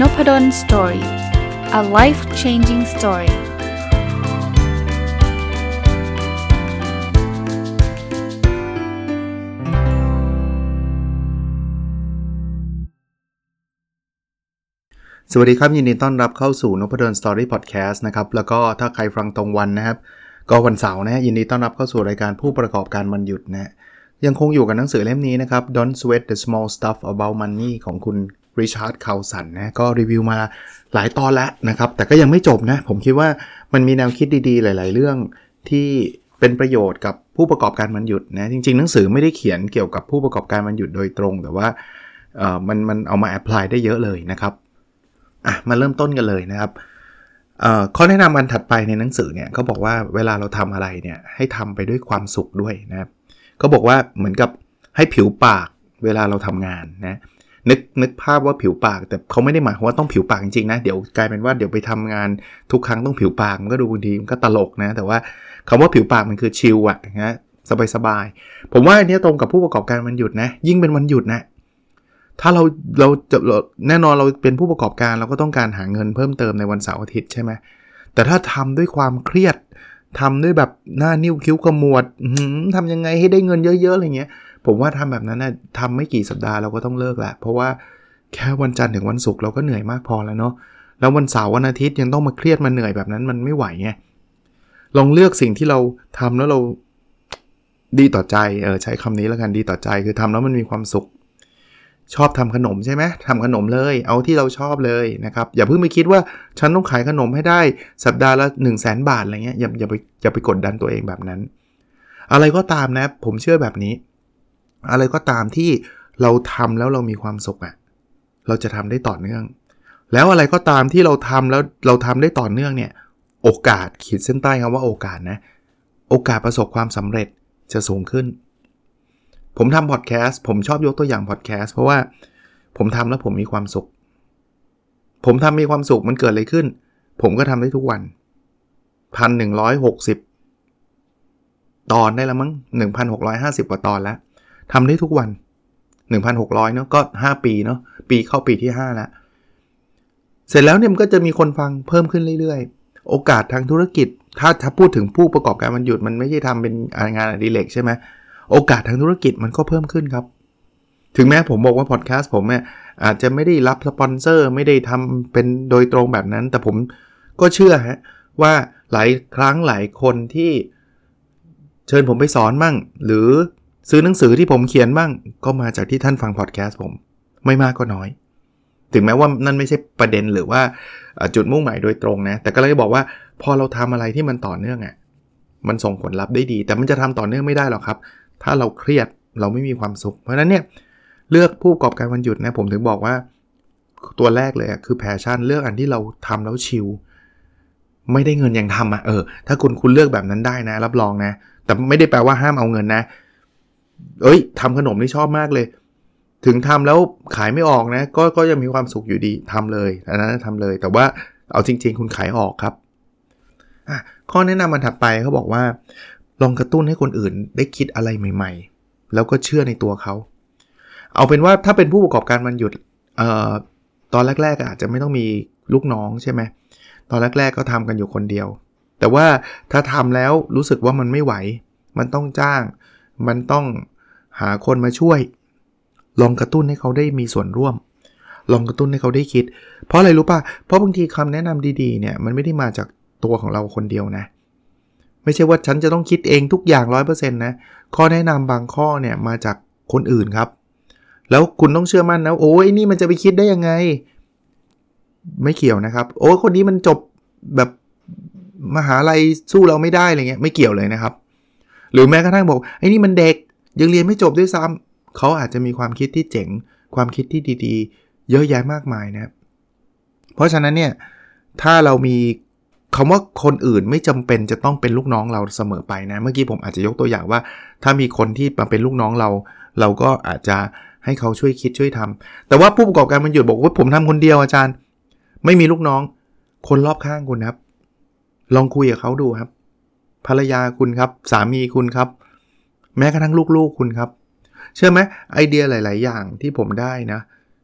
Noppadan Story. A life-changing story. สวัสดีครับยินดีต้อนรับเข้าสู่ Noppadan Story Podcast นะครับแล้วก็ถ้าใครฟังตรงวันนะครับก็วันเสาร์นะยินดีต้อนรับเข้าสู่รายการผู้ประกอบการวันหยุดนะยังคงอยู่กับหนังสือเล่มนี้นะครับ Don't Sweat the Small Stuff About Money ของคุณริชาร์ด คาวสันนะก็รีวิวมาหลายตอนแล้วนะครับแต่ก็ยังไม่จบนะผมคิดว่ามันมีแนวคิดดีๆหลายๆเรื่องที่เป็นประโยชน์กับผู้ประกอบการวันหยุดนะจริงๆหนังสือไม่ได้เขียนเกี่ยวกับผู้ประกอบการวันหยุดโดยตรงแต่ว่ามันเอามาแอพพลายได้เยอะเลยนะครับมาเริ่มต้นกันเลยนะครับข้อแนะนำอันถัดไปในหนังสือเนี่ยเขาบอกว่าเวลาเราทำอะไรเนี่ยให้ทำไปด้วยความสุขด้วยนะครับเขาบอกว่าเหมือนกับให้ผิวปากเวลาเราทำงานนะนึกภาพว่าผิวปากแต่เขาไม่ได้หมายความว่าต้องผิวปากจริงๆนะเดี๋ยวกลายเป็นว่าเดี๋ยวไปทำงานทุกครั้งต้องผิวปากมันก็ดูบางทีมันก็ตลกนะแต่ว่าคำว่าผิวปากมันคือชิลอะนะสบายๆผมว่าอันนี้ตรงกับผู้ประกอบการวันหยุดนะยิ่งเป็นวันหยุดนะถ้าเราแน่นอนเราเป็นผู้ประกอบการเราก็ต้องการหาเงินเพิ่มเติมในวันเสาร์อาทิตย์ใช่ไหมแต่ถ้าทำด้วยความเครียดทำด้วยแบบหน้านิ้วคิ้วขมวดทำยังไงให้ได้เงินเยอะๆอะไรเงี้ยผมว่าทำแบบนั้นนะทำไม่กี่สัปดาห์เราก็ต้องเลิกแหละเพราะว่าแค่วันจันทร์ถึงวันศุกร์เราก็เหนื่อยมากพอแล้วเนาะแล้ววันเสาร์วันอาทิตย์ยังต้องมาเครียดมาเหนื่อยแบบนั้นมันไม่ไหวไงลองเลือกสิ่งที่เราทำแล้วเราดีต่อใจใช้คำนี้แล้วกันดีต่อใจคือทำแล้วมันมีความสุขชอบทำขนมใช่ไหมทำขนมเลยเอาที่เราชอบเลยนะครับอย่าเพิ่งไปคิดว่าฉันต้องขายขนมให้ได้สัปดาห์ละ 100,000 บาทอะไรเงี้ยอย่าไปกดดันตัวเองแบบนั้นอะไรก็ตามนะผมเชื่อแบบนี้อะไรก็ตามที่เราทำแล้วเรามีความสุขอ่ะเราจะทำได้ต่อเนื่องแล้วอะไรก็ตามที่เราทำแล้วเราทำได้ต่อเนื่องเนี่ยโอกาสขีดเส้นใต้คำว่าโอกาสนะโอกาสประสบความสำเร็จจะสูงขึ้นผมทำพอดแคสต์ผมชอบยกตัวอย่างพอดแคสต์เพราะว่าผมทำแล้วผมมีความสุขผมทำมีความสุขมันเกิดอะไรขึ้นผมก็ทำได้ทุกวัน 1,160 ตอนได้แล้วมั้ง 1,650 กว่าตอนแล้วทำได้ทุกวัน 1,600 เนาะก็5ปีเนาะปีเข้าปีที่5แล้วเสร็จแล้วเนี่ยมันก็จะมีคนฟังเพิ่มขึ้นเรื่อยๆโอกาสทางธุรกิจถ้าพูดถึงผู้ประกอบการวันหยุดมันไม่ใช่ทำเป็นงานอดิเรกใช่ไหมโอกาสทางธุรกิจมันก็เพิ่มขึ้นครับถึงแม้ผมบอกว่าพอดแคสต์ผมเนี่ยอาจจะไม่ได้รับสปอนเซอร์ไม่ได้ทำเป็นโดยตรงแบบนั้นแต่ผมก็เชื่อว่าหลายครั้งหลายคนที่เชิญผมไปสอนบ้างหรือซื้อหนังสือที่ผมเขียนบ้างก็มาจากที่ท่านฟังพอดแคสต์ผมไม่มากก็น้อยถึงแม้ว่านั่นไม่ใช่ประเด็นหรือว่าจุดมุ่งหมายโดยตรงนะแต่ก็เลยบอกว่าพอเราทำอะไรที่มันต่อเนื่องมันส่งผลลัพธ์ได้ดีแต่มันจะทำต่อเนื่องไม่ได้หรอกครับถ้าเราเครียดเราไม่มีความสุขเพราะฉะนั้นเนี่ยเลือกผู้ประกอบการวันหยุดนะผมถึงบอกว่าตัวแรกเลยคือแพชชั่นเลือกอันที่เราทำแล้วชิลไม่ได้เงินยังทำถ้าคุณเลือกแบบนั้นได้นะรับรองนะแต่ไม่ได้แปลว่าห้ามเอาเงินนะทำขนมนี่ชอบมากเลยถึงทำแล้วขายไม่ออกนะก็ยังมีความสุขอยู่ดีทำเลยอันนั้นทำเลยแต่ว่าเอาจริงๆคุณขายออกครับข้อแนะนำอันถัดไปเขาบอกว่าลองกระตุ้นให้คนอื่นได้คิดอะไรใหม่ๆแล้วก็เชื่อในตัวเขาเอาเป็นว่าถ้าเป็นผู้ประกอบการวันหยุดตอนแรกๆอาจจะไม่ต้องมีลูกน้องใช่ไหมตอนแรกๆก็ทำกันอยู่คนเดียวแต่ว่าถ้าทำแล้วรู้สึกว่ามันไม่ไหวมันต้องจ้างมันต้องหาคนมาช่วยลองกระตุ้นให้เขาได้มีส่วนร่วมลองกระตุ้นให้เขาได้คิดเพราะอะไรรู้ป่ะเพราะบางทีคำแนะนำดีๆเนี่ยมันไม่ได้มาจากตัวของเราคนเดียวนะไม่ใช่ว่าฉันจะต้องคิดเองทุกอย่าง 100% นะข้อแนะนำบางข้อเนี่ยมาจากคนอื่นครับแล้วคุณต้องเชื่อมั่นนะโอ้ยนี่มันจะไปคิดได้ยังไงไม่เกี่ยวนะครับโอ้ยคนนี้มันจบแบบมหาลัยสู้เราไม่ได้อะไรเงี้ยไม่เกี่ยวเลยนะครับหรือแม้กระทั่งบอกไอ้นี่มันเด็กยังเรียนไม่จบด้วยซ้ำเขาอาจจะมีความคิดที่เจ๋งความคิดที่ดีๆเยอะแยะมากมายนะครับเพราะฉะนั้นเนี่ยถ้าเรามีคำว่าคนอื่นไม่จำเป็นจะต้องเป็นลูกน้องเราเสมอไปนะเมื่อกี้ผมอาจจะยกตัวอย่างว่าถ้ามีคนที่มาเป็นลูกน้องเราก็อาจจะให้เขาช่วยคิดช่วยทำแต่ว่าผู้ประกอบการมันหยุดบอกว่าผมทำคนเดียวอาจารย์ไม่มีลูกน้องคนรอบข้างคุณครับลองคุยกับเขาดูครับภรรยาคุณครับสามีคุณครับแม้กระทั่งลูกๆคุณครับเชื่อไหมไอเดียหลายๆอย่างที่ผมได้นะ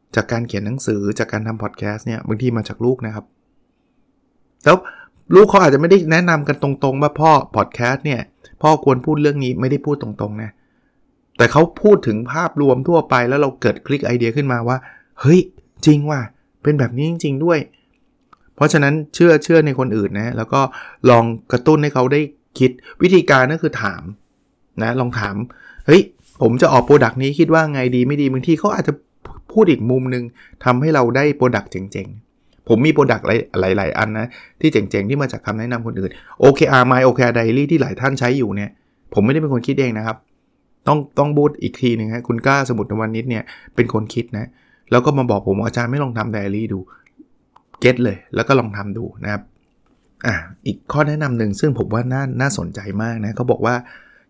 จากการเขียนหนังสือจากการทำพอดแคสต์เนี่ยบางทีมาจากลูกนะครับแล้วลูกเขาอาจจะไม่ได้แนะนำกันตรงๆว่าพ่อพอดแคสต์เนี่ยพ่อควรพูดเรื่องนี้ไม่ได้พูดตรงๆนะแต่เขาพูดถึงภาพรวมทั่วไปแล้วเราเกิดคลิกไอเดียขึ้นมาว่าเฮ้ยจริงว่ะเป็นแบบนี้จริงๆด้วยเพราะฉะนั้นเชื่อในคนอื่นนะแล้วก็ลองกระตุ้นให้เขาได้คิดวิธีการก็คือถามนะลองถามเฮ้ยผมจะออกโปรดักต์นี้คิดว่าไงดีไม่ดีบางทีเขาอาจจะพูดอีกมุมนึงทำให้เราได้โปรดักต์เจ๋งๆผมมีโปรดักต์หลายอันนะที่เจ๋งๆที่มาจากคำแนะนำคนอื่น OKR My OKR Diary ที่หลายท่านใช้อยู่เนี่ยผมไม่ได้เป็นคนคิดเองนะครับต้องบูทอีกทีนึงฮะคุณกล้าสมุทรวรรณิชเนี่ยเป็นคนคิดนะแล้วก็มาบอกผมอาจารย์ไม่ลองทำไดอารี่ดูเก็ตเลยแล้วก็ลองทำดูนะครับอีกข้อแนะนำหนึ่งซึ่งผมว่าน่าสนใจมากนะเขาบอกว่า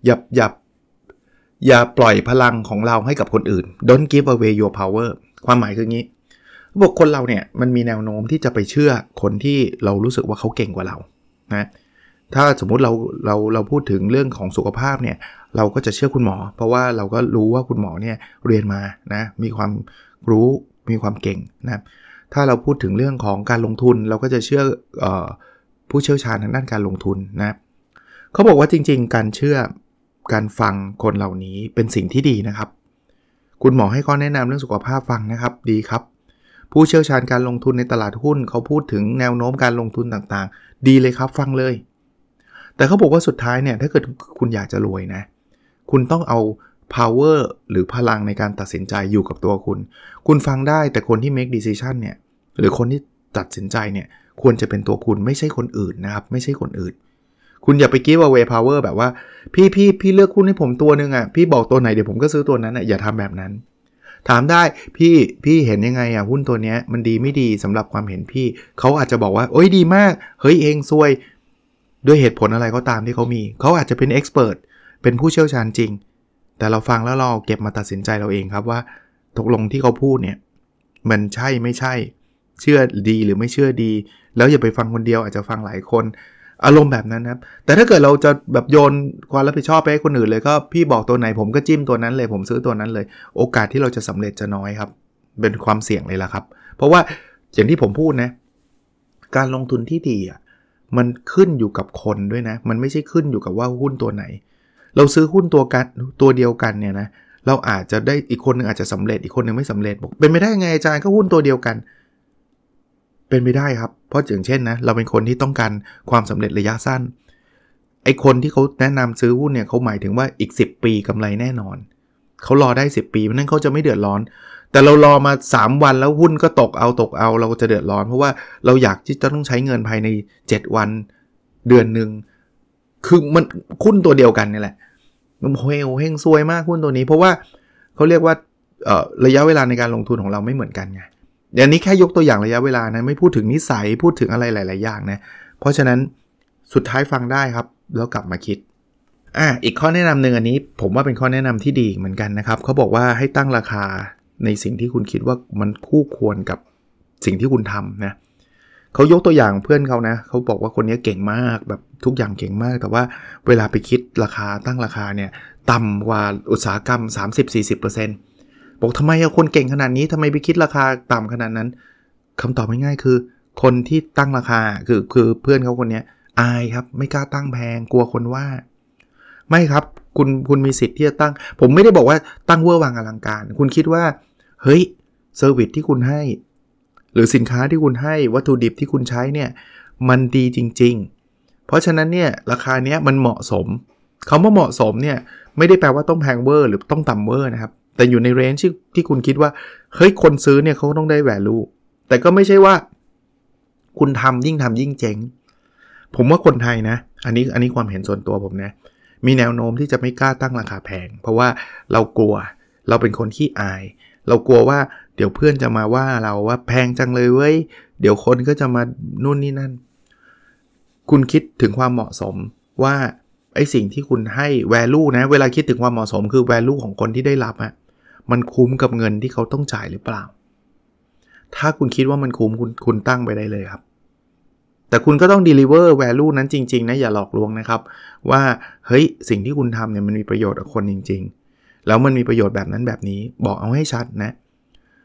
อย่าปล่อยพลังของเราให้กับคนอื่น Don't give away your power ความหมายคืองี้เขาบอกคนเราเนี่ยมันมีแนวโน้มที่จะไปเชื่อคนที่เรารู้สึกว่าเขาเก่งกว่าเรานะถ้าสมมุติเราพูดถึงเรื่องของสุขภาพเนี่ยเราก็จะเชื่อคุณหมอเพราะว่าเราก็รู้ว่าคุณหมอเนี่ยเรียนมานะมีความรู้มีความเก่งนะถ้าเราพูดถึงเรื่องของการลงทุนเราก็จะเชื่อผู้เชี่ยวชาญทางด้านการลงทุนนะเขาบอกว่าจริงๆการฟังคนเหล่านี้เป็นสิ่งที่ดีนะครับคุณหมอให้ข้อแนะนำเรื่องสุขภาพฟังนะครับดีครับผู้เชี่ยวชาญการลงทุนในตลาดหุ้นเขาพูดถึงแนวโน้มการลงทุนต่างๆดีเลยครับฟังเลยแต่เขาบอกว่าสุดท้ายเนี่ยถ้าเกิดคุณอยากจะรวยนะคุณต้องเอา power หรือพลังในการตัดสินใจอยู่กับตัวคุณฟังได้แต่คนที่ make decision เนี่ยหรือคนที่ตัดสินใจเนี่ยควรจะเป็นตัวคุณไม่ใช่คนอื่นนะครับไม่ใช่คนอื่นคุณอย่าไป give away power แบบว่าพี่เลือกหุ้นให้ผมตัวนึงอ่ะพี่บอกตัวไหนเดี๋ยวผมก็ซื้อตัวนั้นอ่ะอย่าทำแบบนั้นถามได้พี่เห็นยังไงอ่ะหุ้นตัวเนี้ยมันดีไม่ดีสำหรับความเห็นพี่เขาอาจจะบอกว่าโอ้ยดีมากเฮ้ยเองซวยด้วยเหตุผลอะไรก็ตามที่เขาอาจจะเป็น expert เป็นผู้เชี่ยวชาญจริงแต่เราฟังแล้วเราเก็บมาตัดสินใจเราเองครับว่าตกลงที่เขาพูดเนี่ยมันใช่ไม่ใช่เชื่อดีหรือไม่เชื่อดีแล้วอย่าไปฟังคนเดียวอาจจะฟังหลายคนอารมณ์แบบนั้นครับแต่ถ้าเกิดเราจะแบบโยนความรับผิดชอบไปให้คนอื่นเลยก็พี่บอกตัวไหนผมก็จิ้มตัวนั้นเลยผมซื้อตัวนั้นเลยโอกาสที่เราจะสำเร็จจะน้อยครับเป็นความเสี่ยงเลยล่ะครับเพราะว่าอย่างที่ผมพูดนะการลงทุนที่ดีอ่ะมันขึ้นอยู่กับคนด้วยนะมันไม่ใช่ขึ้นอยู่กับว่าหุ้นตัวไหนเราซื้อหุ้นตัวเดียวกันเนี่ยนะเราอาจจะได้อีกคนนึงอาจจะสำเร็จอีกคนนึงไม่สำเร็จบอกเป็นไม่ได้ไงอาจารย์ก็หุ้นตัวเดียวกันเป็นไม่ได้ครับเพราะอย่างเช่นนะเราเป็นคนที่ต้องการความสำเร็จระยะสั้นไอ้คนที่เขาแนะนำซื้อหุ้นเนี่ยเขาหมายถึงว่าอีก10ปีกำไรแน่นอนเขารอได้10ปีเพราะนั้นเขาจะไม่เดือดร้อนแต่เรารอมา3วันแล้วหุ้นก็ตกเอาเราจะเดือดร้อนเพราะว่าเราอยากที่จะต้องใช้เงินภายใน7วันเดือนนึงคือมันหุ้นตัวเดียวกันนี่แหละมันเฮงซวยมากหุ้นตัวนี้เพราะว่าเขาเรียกว่าระยะเวลาในการลงทุนของเราไม่เหมือนกันไงเดี๋ยวนี้แค่ยกตัวอย่างระยะเวลานะไม่พูดถึงนิสัยพูดถึงอะไรหลายๆอย่างนะเพราะฉะนั้นสุดท้ายฟังได้ครับแล้วกลับมาคิดอีกข้อแนะนำหนึ่งอันนี้ผมว่าเป็นข้อแนะนำที่ดีเหมือนกันนะครับเขาบอกว่าให้ตั้งราคาในสิ่งที่คุณคิดว่ามันคู่ควรกับสิ่งที่คุณทำนะเขายกตัวอย่างเพื่อนเขานะเขาบอกว่าคนนี้เก่งมากแบบทุกอย่างเก่งมากแต่ว่าเวลาไปคิดราคาตั้งราคาเนี่ยต่ำกว่าอุตสาหกรรม 30-40% บอกทำไมคนเก่งขนาดนี้ทำไมไปคิดราคาต่ำขนาดนั้นคำตอบง่ายๆคือคนที่ตั้งราคาคือเพื่อนเขาคนนี้อายครับไม่กล้าตั้งแพงกลัวคนว่าไม่ครับคุณมีสิทธิ์ที่จะตั้งผมไม่ได้บอกว่าตั้งเวอร์วังอลังการคุณคิดว่าเฮ้ยเซอร์วิสที่คุณให้หรือสินค้าที่คุณให้วัตถุดิบที่คุณใช้เนี่ยมันดีจริงๆเพราะฉะนั้นเนี่ยราคาเนี้ยมันเหมาะสมคำว่าเหมาะสมเนี่ยไม่ได้แปลว่าต้องแพงเวอร์หรือต้องต่ำเวอร์นะครับแต่อยู่ในเรนจ์ที่คุณคิดว่าเฮ้ยคนซื้อเนี่ยเขาต้องได้ value แต่ก็ไม่ใช่ว่าคุณทำยิ่งเจ๊งผมว่าคนไทยนะอันนี้ความเห็นส่วนตัวผมนะมีแนวโน้มที่จะไม่กล้าตั้งราคาแพงเพราะว่าเรากลัวเราเป็นคนขี้อายเรากลัวว่าเดี๋ยวเพื่อนจะมาว่าเราว่าแพงจังเลยเว้ยเดี๋ยวคนก็จะมานู่นนี่นั่นคุณคิดถึงความเหมาะสมว่าไอ้สิ่งที่คุณให้ value นะเวลาคิดถึงความเหมาะสมคือ value ของคนที่ได้รับอะมันคุ้มกับเงินที่เขาต้องจ่ายหรือเปล่าถ้าคุณคิดว่ามันคุ้มคุณตั้งไปได้เลยครับแต่คุณก็ต้อง deliver value นั้นจริงๆนะอย่าหลอกลวงนะครับว่าเฮ้ยสิ่งที่คุณทำเนี่ยมันมีประโยชน์กับคนจริงๆแล้วมันมีประโยชน์แบบนั้นแบบนี้บอกเอาให้ชัดนะ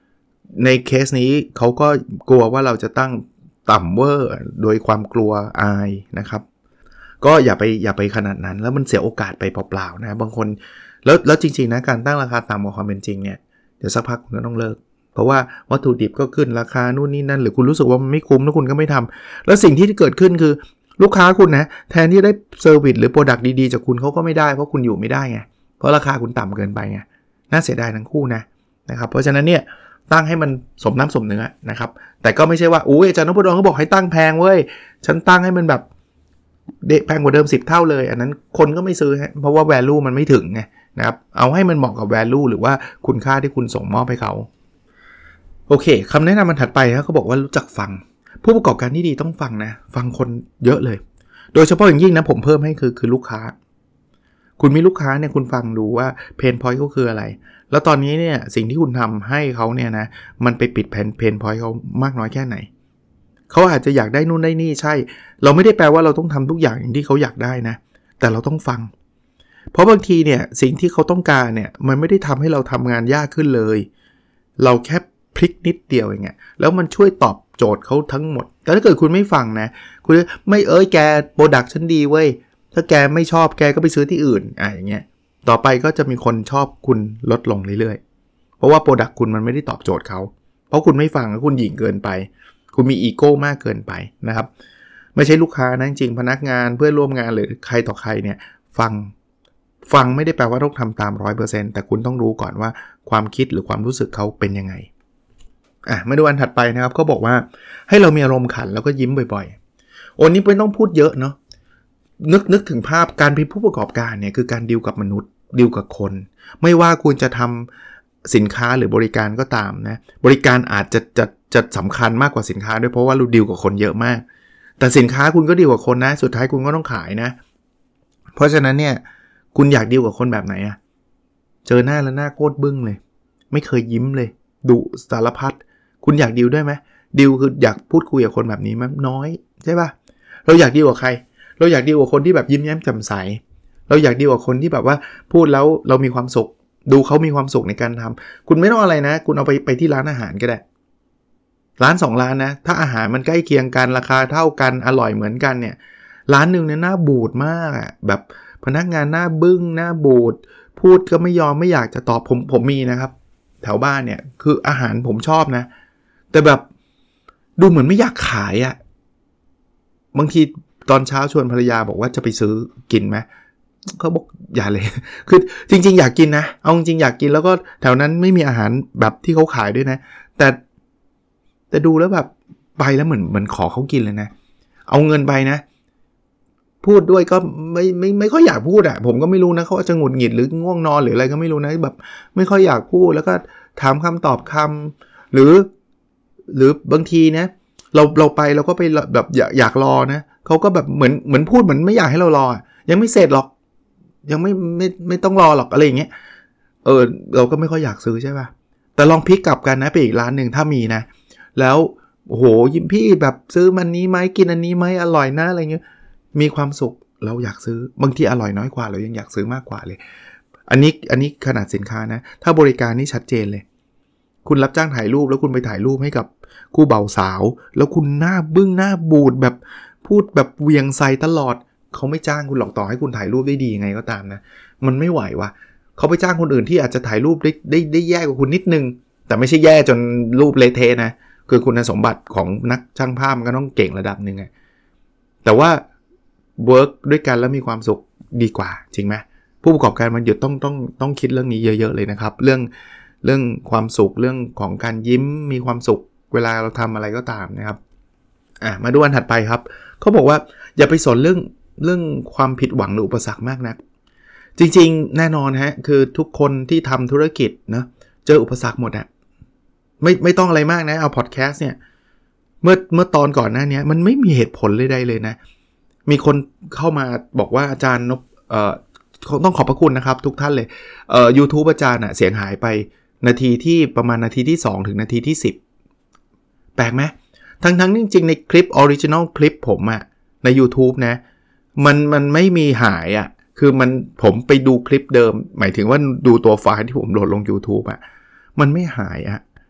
ในเคสนี้เขาก็กลัวว่าเราจะตั้งต่ำเวอร์โดยความกลัวอายนะครับก็อย่าไปขนาดนั้นแล้วมันเสียโอกาสไปเปล่าๆนะบางคนแล้วจริงๆนะการตั้งราคาต่ำกว่าความเป็นจริงเนี่ยเดี๋ยวสักพักคุณก็ต้องเลิกเพราะว่าวัตถุดิบก็ขึ้นราคานู่นนี่นั่นหรือคุณรู้สึกว่ามันไม่คุ้มแล้วคุณก็ไม่ทำแล้วสิ่งที่เกิดขึ้นคือลูกค้าคุณนะแทนที่ได้เซอร์วิสหรือโปรดักต์ดีๆจากคุณเขาก็ไม่ได้เพราะคุณอยู่ไม่ได้ไงเพราะราคาคุณต่ำเกินไปไงน่าเสียดายทั้งคู่นะครับเพราะฉะนั้นเนี่ยตั้งให้มันสมน้ำสมเนื้อนะครับแต่ก็ไม่ใช่ว่าอุ้ยอาจารย์นพดลเขาบอกให้ตั้งแพงเว้ยฉันตั้งให้มันแบบแพงกว่าเดิม10เท่าเลยอันนั้นคนก็ไม่ซื้อฮะเพราะว่า value มันไม่ถึงไงนะครับเอาให้มันเหมาะกับ value หรือว่าคุณค่าที่คุณส่งมอบให้เขาโอเคคำแนะนำมันถัดไปนะเขาบอกว่ารู้จักฟังผู้ประกอบการที่ดีต้องฟังนะฟังคนเยอะเลยโดยเฉพาะอย่างยิ่งนะผมเพิ่มให้คือลูกค้าคุณมีลูกค้าเนี่ยคุณฟังดูว่าเพนพอยต์เขาคืออะไรแล้วตอนนี้เนี่ยสิ่งที่คุณทำให้เขาเนี่ยนะมันไปปิดเพนพอยต์เขามากน้อยแค่ไหนเขาอาจจะอยากได้นู่นได้นี่ใช่เราไม่ได้แปลว่าเราต้องทำทุกอย่างอย่างที่เขาอยากได้นะแต่เราต้องฟังเพราะบางทีเนี่ยสิ่งที่เขาต้องการเนี่ยมันไม่ได้ทำให้เราทำงานยากขึ้นเลยเราแค่พลิกนิดเดียวเองแล้วมันช่วยตอบโจทย์เขาทั้งหมดแต่ถ้าเกิดคุณไม่ฟังนะคุณไม่แกโปรดักต์ฉันดีเว้ยถ้าแกไม่ชอบแกก็ไปซื้อที่อื่นอย่างเงี้ยต่อไปก็จะมีคนชอบคุณลดลงเรื่อยๆเพราะว่าโปรดักต์คุณมันไม่ได้ตอบโจทย์เขาเพราะคุณไม่ฟังแล้วคุณหยิ่งเกินไปคุณมีอีโก้มากเกินไปนะครับไม่ใช่ลูกค้านะจริงพนักงานเพื่อนร่วมงานหรือใครต่อใครเนี่ยฟังไม่ได้แปลว่าต้องทำตาม 100% แต่คุณต้องรู้ก่อนว่าความคิดหรือความรู้สึกเขาเป็นยังไงมาดูอันถัดไปนะครับเขาบอกว่าให้เรามีอารมณ์ขันแล้วก็ยิ้มบ่อยๆโอ้นี่ไม่ต้องพูดเยอะเนาะนึกถึงภาพการเป็นผู้ประกอบการเนี่ยคือการดีลกับมนุษย์ดีลกับคนไม่ว่าคุณจะทำสินค้าหรือบริการก็ตามนะบริการอาจจะสำคัญมากกว่าสินค้าด้วยเพราะว่าเราดีลกับคนเยอะมากแต่สินค้าคุณก็ดีลกับคนนะสุดท้ายคุณก็ต้องขายนะเพราะฉะนั้นเนี่ยคุณอยากดีลกับคนแบบไหนเจอหน้าแล้วหน้าโคตรบึ้งเลยไม่เคยยิ้มเลยดุสารพัดคุณอยากดีลด้วยไหมดีลคืออยากพูดคุยกับคนแบบนี้มั้ยน้อยใช่ป่ะเราอยากดีลกับใครเราอยากดีลกับคนที่แบบยิ้มแย้มแจ่มใสเราอยากดีลกับคนที่แบบว่าพูดแล้วเรามีความสุขดูเขามีความสุขในการทำคุณไม่ต้องอะไรนะคุณเอาไปที่ร้านอาหารก็ได้ร้าน2ร้านนะถ้าอาหารมันใกล้เคียงกันราคาเท่ากันอร่อยเหมือนกันเนี่ยร้านนึงเนี่ยหน้าบูดมากแบบพนักงานหน้าบึ้งหน้าบูดพูดก็ไม่อยากจะตอบผมมีนะครับแถวบ้านเนี่ยคืออาหารผมชอบนะแต่แบบดูเหมือนไม่อยากขายบางทีตอนเช้าชวนภรรยาบอกว่าจะไปซื้อกินไหมเขาบอกอย่าเลยคือจริงๆอยากกินนะเอาจริงๆอยากกินแล้วก็แถวนั้นไม่มีอาหารแบบที่เขาขายด้วยนะแต่ดูแล้วแบบไปแล้วเหมือนขอเขากินเลยนะเอาเงินไปนะพูดด้วยก็ไม่ค่อยอยากพูดผมก็ไม่รู้นะเขาอาจจะหงุดหงิดหรือง่วงนอนหรืออะไรก็ไม่รู้นะแบบไม่ค่อยอยากพูดแล้วก็ถามคำตอบคำหรือบางทีนะเราไปเราก็ไปแบบอยากรอนะเขาก็แบบเหมือนพูดเหมือนไม่อยากให้เรารอยังไม่เสร็จหรอกยังไม่ต้องรอหรอกอะไรอย่างเงี้ยเราก็ไม่ค่อยอยากซื้อใช่ป่ะแต่ลองพลิกกลับกันนะไปอีกร้านนึงถ้ามีนะแล้วโอ้โหยิ้มพี่แบบซื้อมันนี้ไหมกินอันนี้ไหมอร่อยนะอะไรเงี้ยมีความสุขเราอยากซื้อบางทีอร่อยน้อยกว่าเรายังอยากซื้อมากกว่าเลยอันนี้ขนาดสินค้านะถ้าบริการนี่ชัดเจนเลยคุณรับจ้างถ่ายรูปแล้วคุณไปถ่ายรูปให้กับคู่บ่าวสาวแล้วคุณหน้าบึ้งหน้าบูดแบบพูดแบบเวียงใส่ตลอดเขาไม่จ้างคุณหรอกต่อให้คุณถ่ายรูปได้ดียังไงก็ตามนะมันไม่ไหววะเขาไปจ้างคนอื่นที่อาจจะถ่ายรูปได้แย่กว่าคุณนิดนึงแต่ไม่ใช่แย่จนรูปเละเทะนะคือคุณสมบัติของนักช่างภาพมันก็ต้องเก่งระดับนึงแต่ว่าเวิร์กด้วยกันแล้วมีความสุขดีกว่าจริงไหมผู้ประกอบการมันหยุดต้องคิดเรื่องนี้เยอะๆเลยนะครับเรื่องความสุขเรื่องของการยิ้มมีความสุขเวลาเราทำอะไรก็ตามนะครับมาดูอันถัดไปครับเขาบอกว่าอย่าไปสนเรื่องความผิดหวังหรืออุปสรรคมากนักจริงๆแน่นอนคือทุกคนที่ทำธุรกิจนะเจออุปสรรคหมดไม่ต้องอะไรมากนะเอาพอดแคสต์เนี่ยเมื่อตอนก่อนหน้านี้มันไม่มีเหตุผลเลยนะมีคนเข้ามาบอกว่าอาจารย์นพต้องขอบพระคุณนะครับทุกท่านเลยYouTube อาจารย์เสียงหายไปนาทีที่ประมาณนาทีที่2ถึงนาทีที่10แปลกไหมทั้งจริงๆในคลิปออริจินอลคลิปผมใน YouTube นะมันไม่มีหายคือผมไปดูคลิปเดิมหมายถึงว่าดูตัวไฟล์ที่ผมโหลดลง YouTube มันไม่หาย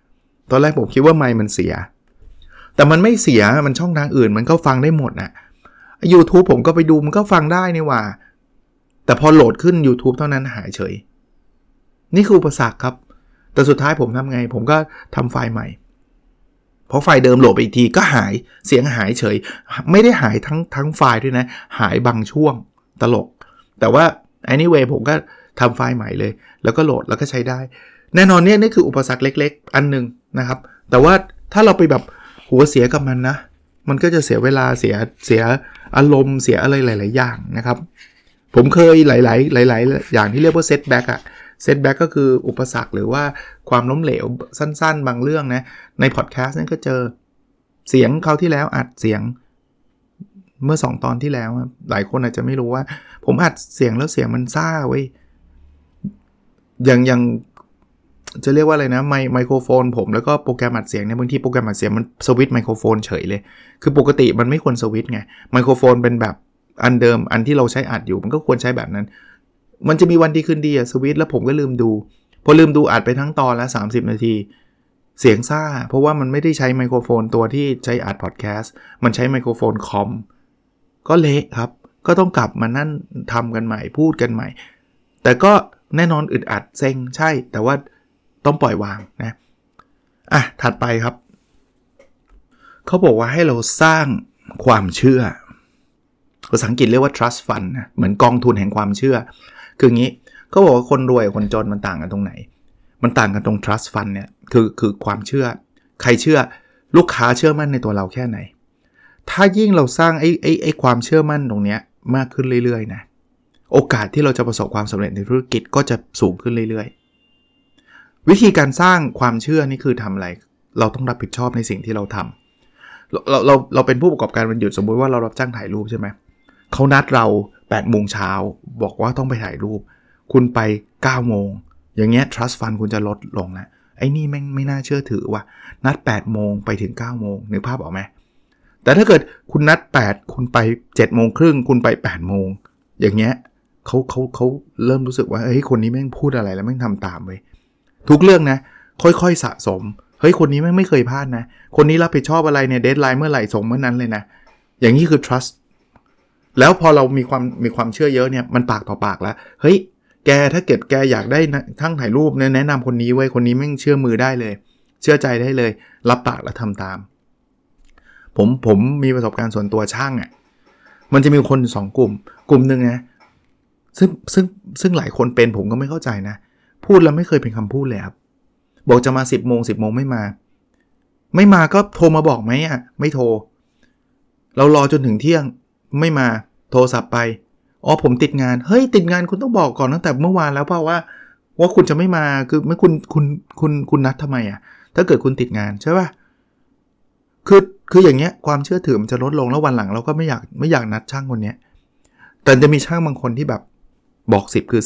ตอนแรกผมคิดว่าไมค์มันเสียแต่มันไม่เสียมันช่องทางอื่นมันก็ฟังได้หมดน่ะ YouTube ผมก็ไปดูมันก็ฟังได้นี่ว่าแต่พอโหลดขึ้น YouTube เท่านั้นหายเฉยนี่คืออุปสรรคครับแต่สุดท้ายผมทำไงผมก็ทำไฟล์ใหม่เพราะไฟล์เดิมโหลดไปอีกทีก็หายเสียงหายเฉยไม่ได้หายทั้งไฟล์ด้วยนะหายบางช่วงตลกแต่ว่า anyway ผมก็ทำไฟล์ใหม่เลยแล้วก็โหลดแล้วก็ใช้ได้แน่นอนเนี่ยนี่คืออุปสรรคเล็กๆอันนึงนะครับแต่ว่าถ้าเราไปแบบหัวเสียกับมันนะมันก็จะเสียเวลาเสียอารมณ์เสียอะไรหลายๆอย่างนะครับผมเคยหลายอย่างที่เรียกว่าเซตแบ็กอะเซตแบ็กก็คืออุปสรรคหรือว่าความล้มเหลวสั้นๆบางเรื่องนะในพอดแคสต์นั่นก็เจอเสียงคราวที่แล้วอัดเสียงเมื่อ2ตอนที่แล้วหลายคนอาจจะไม่รู้ว่าผมอัดเสียงแล้วเสียงมันซ่าเว้ยอย่างจะเรียกว่าอะไรนะไมโครโฟนผมแล้วก็โปรแกรมอัดเสียงเนี่ยบางทีโปรแกรมอัดเสียงมันสวิตช์ไมโครโฟนเฉยเลยคือปกติมันไม่ควรสวิตช์ไงไมโครโฟนเป็นแบบอันเดิมอันที่เราใช้อัดอยู่มันก็ควรใช้แบบนั้นมันจะมีวันดีขึ้นดีอะสวิตช์แล้วผมก็ลืมดูพอลืมดูอัดไปทั้งตอนแล้ว30นาทีเสียงซ่าเพราะว่ามันไม่ได้ใช้ไมโครโฟนตัวที่ใช้อัดพอดแคสต์มันใช้ไมโครโฟนคอมก็เละครับก็ต้องกลับมานั่นทำกันใหม่พูดกันใหม่แต่ก็แน่นอนอึดอัดเซ็งใช่แต่ว่าต้องปล่อยวางนะถัดไปครับเขาบอกว่าให้เราสร้างความเชื่อภาษาอังกฤษเรียกว่า trust fund นะเหมือนกองทุนแห่งความเชื่อคืออย่างนี้เขาบอกว่าคนรวยกับคนจนมันต่างกันตรงไหนมันต่างกันตรง trust fund เนี่ยคือความเชื่อใครเชื่อลูกค้าเชื่อมั่นในตัวเราแค่ไหนถ้ายิ่งเราสร้างไอ้ความเชื่อมั่นตรงเนี้ยมากขึ้นเรื่อยๆนะโอกาสที่เราจะประสบความสำเร็จในธุรกิจก็จะสูงขึ้นเรื่อยๆวิธีการสร้างความเชื่อนี่คือทำอะไรเราต้องรับผิดชอบในสิ่งที่เราทำเราเป็นผู้ประกอบการวันหยุดสมมุติว่าเรารับจ้างถ่ายรูปใช่ไหมเขานัดเรา 8 โมงเช้าบอกว่าต้องไปถ่ายรูปคุณไป 9 โมงอย่างเงี้ย trust fund คุณจะลดลงนะไอ้นี่แม่งไม่น่าเชื่อถือว่ะนัด 8 โมงไปถึง 9 โมงนึกภาพออกไหมแต่ถ้าเกิดคุณนัด 8 คุณไป 7 โมงครึ่งคุณไป 8 โมงอย่างเงี้ยเขาเริ่มรู้สึกว่าเฮ้ยคนนี้แม่งพูดอะไรแล้วแม่งทำตามเว้ยทุกเรื่องนะค่อยๆสะสมเฮ้ยคนนี้แม่งไม่เคยพลาดนะคนนี้รับผิดชอบอะไรเนี่ยเดดไลน์เมื่อไหร่ส่งเมื่อนั้นเลยนะอย่างนี้คือ trust แล้วพอเรามีความเชื่อเยอะเนี่ยมันปากต่อปากแล้วเฮ้ยแกถ้าเกิดแกอยากได้ทั้งถ่ายรูปเนี่ยแนะนำคนนี้ไว้คนนี้แม่งเชื่อมือได้เลยเชื่อใจได้เลยรับปากแล้วทำตามผมมีประสบการณ์ส่วนตัวช่างมันจะมีคน2กลุ่มนึงนะซึ่งหลายคนเป็นผมก็ไม่เข้าใจนะพูดแล้วไม่เคยเป็นคำพูดเลยครับบอกจะมา 10 โมงไม่มาก็โทรมาบอกไหมไม่โทรเรารอจนถึงเที่ยงไม่มาโทรศัพท์ไปผมติดงานเฮ้ยติดงานคุณต้องบอกก่อนตั้งแต่เมื่อวานแล้วเพราะว่าคุณจะไม่มาคือไม่คุณนัดทำไมถ้าเกิดคุณติดงานใช่ป่ะคืออย่างเงี้ยความเชื่อถือมันจะลดลงแล้ววันหลังเราก็ไม่อยากนัดช่างคนเนี้ยแต่จะมีช่างบางคนที่แบบบอก10คือ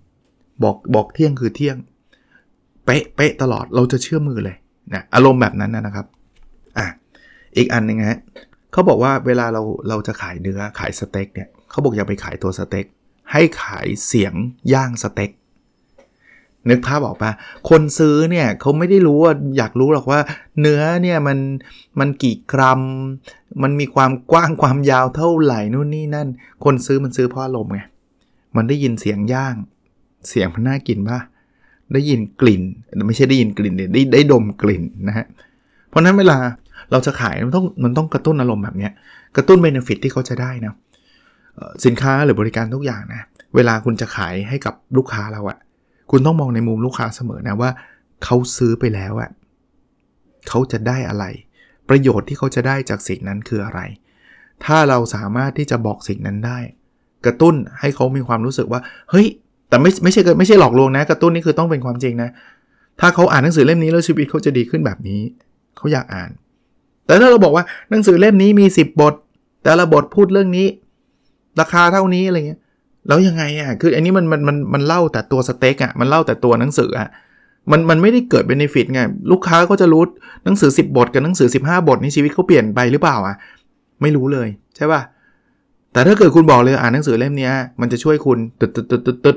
10บอกเที่ยงคือเที่ยงเป๊ะตลอดเราจะเชื่อมือเลยนะอารมณ์แบบนั้นนะครับอีกอันนึงฮะเขาบอกว่าเวลาเราจะขายเนื้อขายสเต็กเนี่ยเขาบอกอย่าไปขายตัวสเต็กให้ขายเสียงย่างสเต็กนึกภาพออกปะคนซื้อเนี่ยเขาไม่ได้รู้ว่าอยากรู้หรอกว่าเนื้อเนี่ยมันกี่กรัมมันมีความกว้างความยาวเท่าไหร่นู่นนี่นั่นคนซื้อมันซื้อเพราะอารมณ์ไงมันได้ยินเสียงย่างเสียงมันน่ากินป่ะได้ยินกลิ่นไม่ใช่ได้ยินกลิ่นได้ดมกลิ่นนะฮะเพราะนั้นเวลาเราจะขายมันต้องกระตุ้นอารมณ์แบบนี้กระตุ้นเบเนฟิตที่เขาจะได้นะสินค้าหรือบริการทุกอย่างนะเวลาคุณจะขายให้กับลูกค้าเราคุณต้องมองในมุมลูกค้าเสมอนะว่าเขาซื้อไปแล้วเขาจะได้อะไรประโยชน์ที่เขาจะได้จากสิ่งนั้นคืออะไรถ้าเราสามารถที่จะบอกสิ่งนั้นได้กระตุ้นให้เขามีความรู้สึกว่าเฮ้ยแต่ไม่ใช่หลอกลวงนะกระตุ้นนี่คือต้องเป็นความจริงนะถ้าเขาอ่านหนังสือเล่มนี้แล้วชีวิตเขาจะดีขึ้นแบบนี้เขาอยากอ่านแต่ถ้าเราบอกว่าหนังสือเล่มนี้มี10 บทแต่ละบทพูดเรื่องนี้ราคาเท่านี้อะไรเงี้ยแล้วยังไงคืออันนี้มันเล่าแต่ตัวสเต็กมันเล่าแต่ตัวหนังสือมันไม่ได้เกิดเบเนฟิตไงลูกค้าก็จะรู้หนังสือ10 บทกับหนังสือ15 บทนี่ชีวิตเขาเปลี่ยนไปหรือเปล่าไม่รู้เลยใช่ป่ะแต่ถ้าเกิดคุณบอกเลยอ่านหนังสือเล่มนี้มันจะช่วยคุณตึ๊ด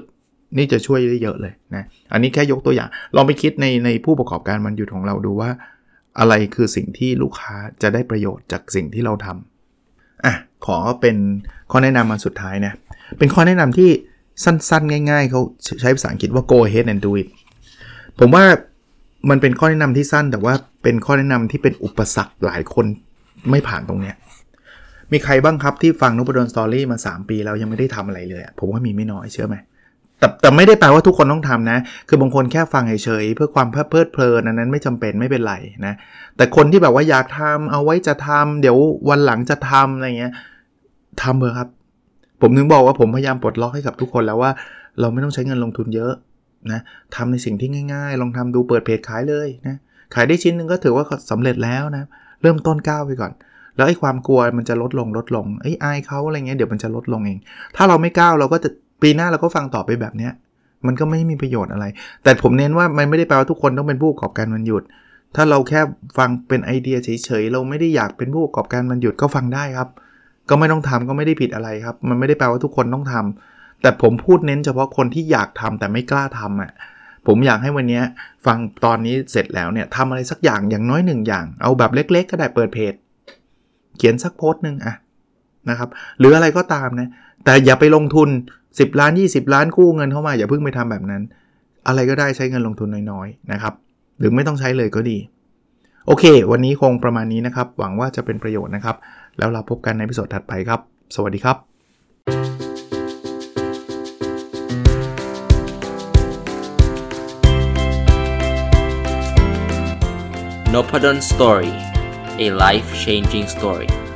นี่จะช่วยได้เยอะเลยนะอันนี้แค่ยกตัวอย่างลองไปคิดในผู้ประกอบการวันหยุดของเราดูว่าอะไรคือสิ่งที่ลูกค้าจะได้ประโยชน์จากสิ่งที่เราทำขอเป็นข้อแนะนำมาสุดท้ายนะเป็นข้อแนะนำที่สั้นๆง่ายๆเขาใช้ภาษาอังกฤษว่า go ahead and do it ผมว่ามันเป็นข้อแนะนำที่สั้นแต่ว่าเป็นข้อแนะนำที่เป็นอุปสรรคหลายคนไม่ผ่านตรงเนี้ยมีใครบ้างครับที่ฟังนพดลสตอรี่มา3ปีแล้วยังไม่ได้ทำอะไรเลยผมว่ามีไม่น้อยเชื่อไหมแต่ไม่ได้แปลว่าทุกคนต้องทำนะคือบางคนแค่ฟังเฉยๆเพื่อความเพลิดเพลินนั้นไม่จำเป็นไม่เป็นไรนะแต่คนที่แบบว่าอยากทำเอาไว้จะทำเดี๋ยววันหลังจะทำอะไรเงี้ยทำเถอะครับผมถึงบอกว่าผมพยายามปลดล็อกให้กับทุกคนแล้วว่าเราไม่ต้องใช้เงินลงทุนเยอะนะทำในสิ่งที่ง่ายๆลองทำดูเปิดเพจขายเลยนะขายได้ชิ้นนึงก็ถือว่าสำเร็จแล้วนะเริ่มต้นก้าวไปก่อนแล้วไอ้ความกลัวมันจะลดลงอายเขาอะไรเงี้ยเดี๋ยวมันจะลดลงเองถ้าเราไม่ก้าวเราก็จะปีหน้าเราก็ฟังต่อไปแบบเนี้ยมันก็ไม่มีประโยชน์อะไรแต่ผมเน้นว่ามันไม่ได้แปลว่าทุกคนต้องเป็นผู้ประกอบการวันหยุดถ้าเราแค่ฟังเป็นไอเดียเฉยๆเราไม่ได้อยากเป็นผู้ประกอบการวันหยุดก็ฟังได้ครับก็ไม่ต้องทำก็ไม่ได้ผิดอะไรครับมันไม่ได้แปลว่าทุกคนต้องทำแต่ผมพูดเน้นเฉพาะคนที่อยากทำแต่ไม่กล้าทำผมอยากให้วันนี้ฟังตอนนี้เสร็จแล้วเนี่ยทำอะไรสักอย่างน้อย1อย่างเอาแบบเล็กๆก็ได้เปิดเพจเขียนสักโพสต์นึงนะครับหรืออะไรก็ตามนะแต่อย่าไปลงทุน10ล้าน20ล้านกู้เงินเข้ามาอย่าเพิ่งไปทำแบบนั้นอะไรก็ได้ใช้เงินลงทุนน้อยๆนะครับหรือไม่ต้องใช้เลยก็ดีโอเควันนี้คงประมาณนี้นะครับหวังว่าจะเป็นประโยชน์นะครับแล้วเราพบกันในอีพิโซดถัดไปครับสวัสดีครับ Noppadan Story, a life-changing story.